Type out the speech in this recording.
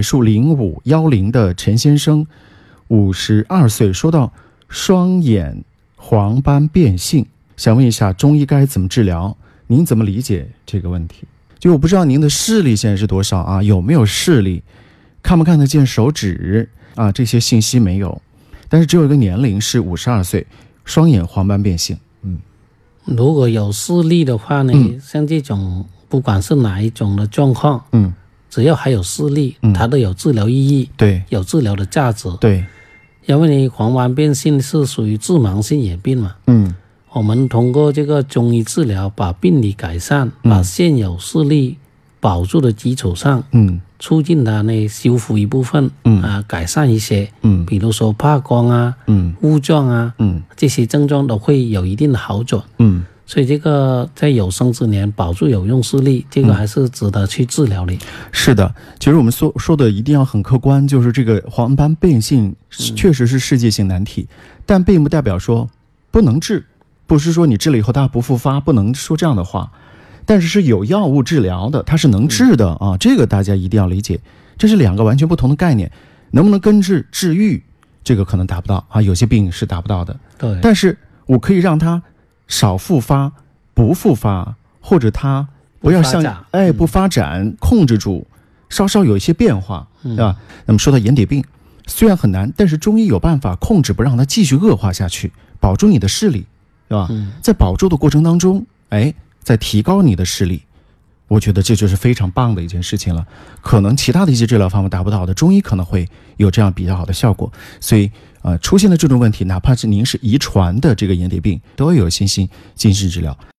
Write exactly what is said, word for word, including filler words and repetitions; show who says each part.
Speaker 1: 数零五幺零的陈先生，五十二岁，说到双眼黄斑变性，想问一下中医该怎么治疗？您怎么理解这个问题？就我不知道您的视力现在是多少啊？有没有视力？看不看得见手指啊？这些信息没有，但是只有一个年龄是五十二岁，双眼黄斑变性。嗯，
Speaker 2: 如果有视力的话呢，嗯、像这种不管是哪一种的状况，嗯，只要还有视力，嗯、它都有治疗意义，
Speaker 1: 对，
Speaker 2: 有治疗的价值，
Speaker 1: 对。
Speaker 2: 因为呢，黄斑变性是属于致盲性眼病嘛，嗯，我们通过这个中医治疗，把病理改善，嗯、把现有视力保住的基础上，嗯，促进它呢修复一部分，嗯啊，改善一些，嗯，比如说怕光啊，嗯，雾状啊，嗯，这些症状都会有一定的好转，嗯。所以这个在有生之年保住有用视力，这个还是值得去治疗的。嗯、
Speaker 1: 是的，其实我们说说的一定要很客观，就是这个黄斑变性确实是世界性难题，嗯、但并不代表说不能治，不是说你治了以后它不复发，不能说这样的话。但是是有药物治疗的，它是能治的啊，这个大家一定要理解，这是两个完全不同的概念。能不能根治治愈，这个可能达不到啊，有些病是达不到的。
Speaker 2: 对，
Speaker 1: 但是我可以让它少复发、不复发，或者它不要像哎不发展，控制住，稍稍有一些变化，对吧？那么说到眼底病，虽然很难，但是中医有办法控制，不让它继续恶化下去，保住你的视力，对吧？在保住的过程当中，哎，在提高你的视力，我觉得这就是非常棒的一件事情了。可能其他的一些治疗方法达不到的，中医可能会有这样比较好的效果。所以呃，出现了这种问题，哪怕是您是遗传的这个眼底病，都要有信心进行治疗。